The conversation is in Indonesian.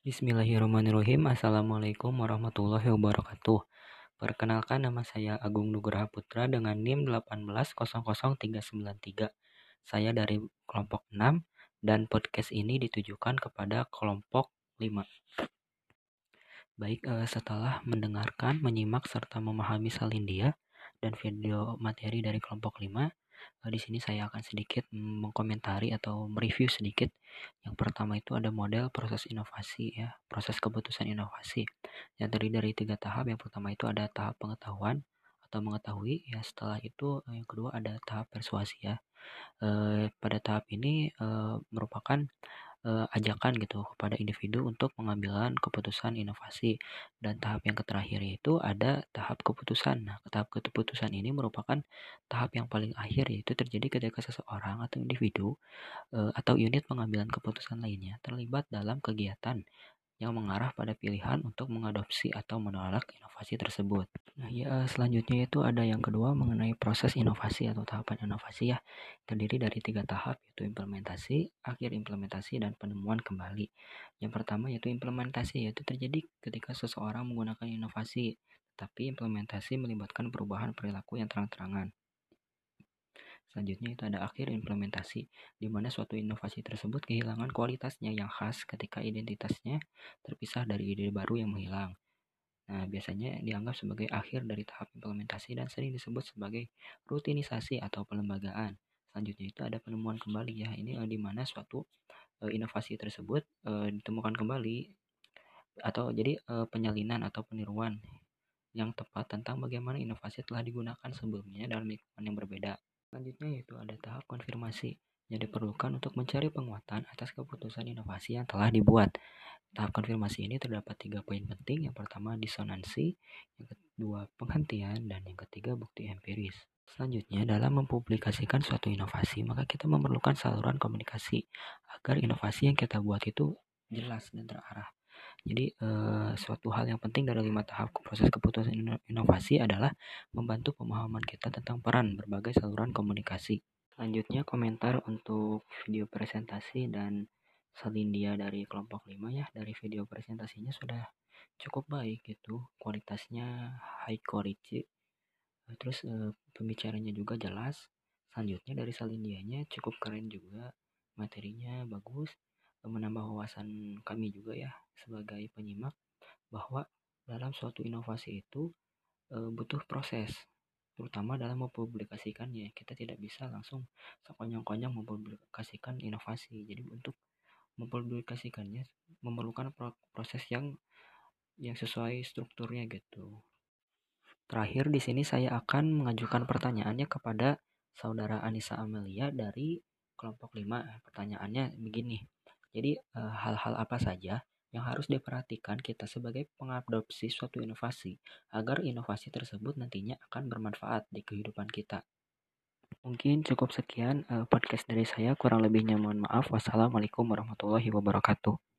Bismillahirrahmanirrahim. Assalamualaikum warahmatullahi wabarakatuh. Perkenalkan, nama saya Agung Nugraha Putra dengan NIM 1800393. Saya dari kelompok 6 dan podcast ini ditujukan kepada kelompok 5. Baik, setelah mendengarkan, menyimak serta memahami salindia dan video materi dari kelompok 5, di sini saya akan sedikit mengkomentari atau mereview sedikit. Yang pertama itu ada model proses inovasi ya, proses keputusan inovasi yang terdiri dari 3 tahap. Yang pertama itu ada tahap pengetahuan atau mengetahui ya. Setelah itu yang kedua ada tahap persuasi ya. Pada tahap ini merupakan ajakan gitu kepada individu untuk pengambilan keputusan inovasi. Dan tahap yang terakhir yaitu ada tahap keputusan. Nah, tahap keputusan ini merupakan tahap yang paling akhir, yaitu terjadi ketika seseorang atau individu atau unit pengambilan keputusan lainnya terlibat dalam kegiatan yang mengarah pada pilihan untuk mengadopsi atau menolak inovasi tersebut. Nah, ya, selanjutnya itu ada yang kedua mengenai proses inovasi atau tahapan inovasi ya. Terdiri dari 3 tahap, yaitu implementasi, akhir implementasi, dan penemuan kembali. Yang pertama yaitu implementasi, yaitu terjadi ketika seseorang menggunakan inovasi, tapi implementasi melibatkan perubahan perilaku yang terang-terangan. Selanjutnya itu ada akhir implementasi, di mana suatu inovasi tersebut kehilangan kualitasnya yang khas ketika identitasnya terpisah dari ide baru yang menghilang. Nah, biasanya dianggap sebagai akhir dari tahap implementasi dan sering disebut sebagai rutinisasi atau pelembagaan. Selanjutnya itu ada penemuan kembali ya. Ini di mana suatu inovasi tersebut ditemukan kembali, atau jadi penyalinan atau peniruan yang tepat tentang bagaimana inovasi telah digunakan sebelumnya dalam lingkungan yang berbeda. Selanjutnya yaitu ada tahap konfirmasi yang diperlukan untuk mencari penguatan atas keputusan inovasi yang telah dibuat. Tahap konfirmasi ini terdapat 3 poin penting. Yang pertama disonansi, yang kedua penghentian, dan yang ketiga bukti empiris. Selanjutnya, dalam mempublikasikan suatu inovasi, maka kita memerlukan saluran komunikasi agar inovasi yang kita buat itu jelas dan terarah. Jadi suatu hal yang penting dari 5 tahap proses keputusan inovasi adalah membantu pemahaman kita tentang peran berbagai saluran komunikasi. Selanjutnya komentar untuk video presentasi dan salindia dari kelompok 5 ya. Dari video presentasinya sudah cukup baik gitu, kualitasnya high quality. Terus pembicaranya juga jelas. Selanjutnya dari salindianya cukup keren juga, materinya bagus, menambah wawasan kami juga ya sebagai penyimak bahwa dalam suatu inovasi itu butuh proses, terutama dalam mempublikasikannya. Kita tidak bisa langsung sekonyong-konyong mempublikasikan inovasi. Jadi untuk mempublikasikannya memerlukan proses yang sesuai strukturnya gitu. Terakhir di sini saya akan mengajukan pertanyaannya kepada saudara Anissa Amelia dari kelompok 5. Pertanyaannya begini. Jadi hal-hal apa saja yang harus diperhatikan kita sebagai pengadopsi suatu inovasi agar inovasi tersebut nantinya akan bermanfaat di kehidupan kita. Mungkin cukup sekian podcast dari saya, kurang lebihnya mohon maaf. Wassalamualaikum warahmatullahi wabarakatuh.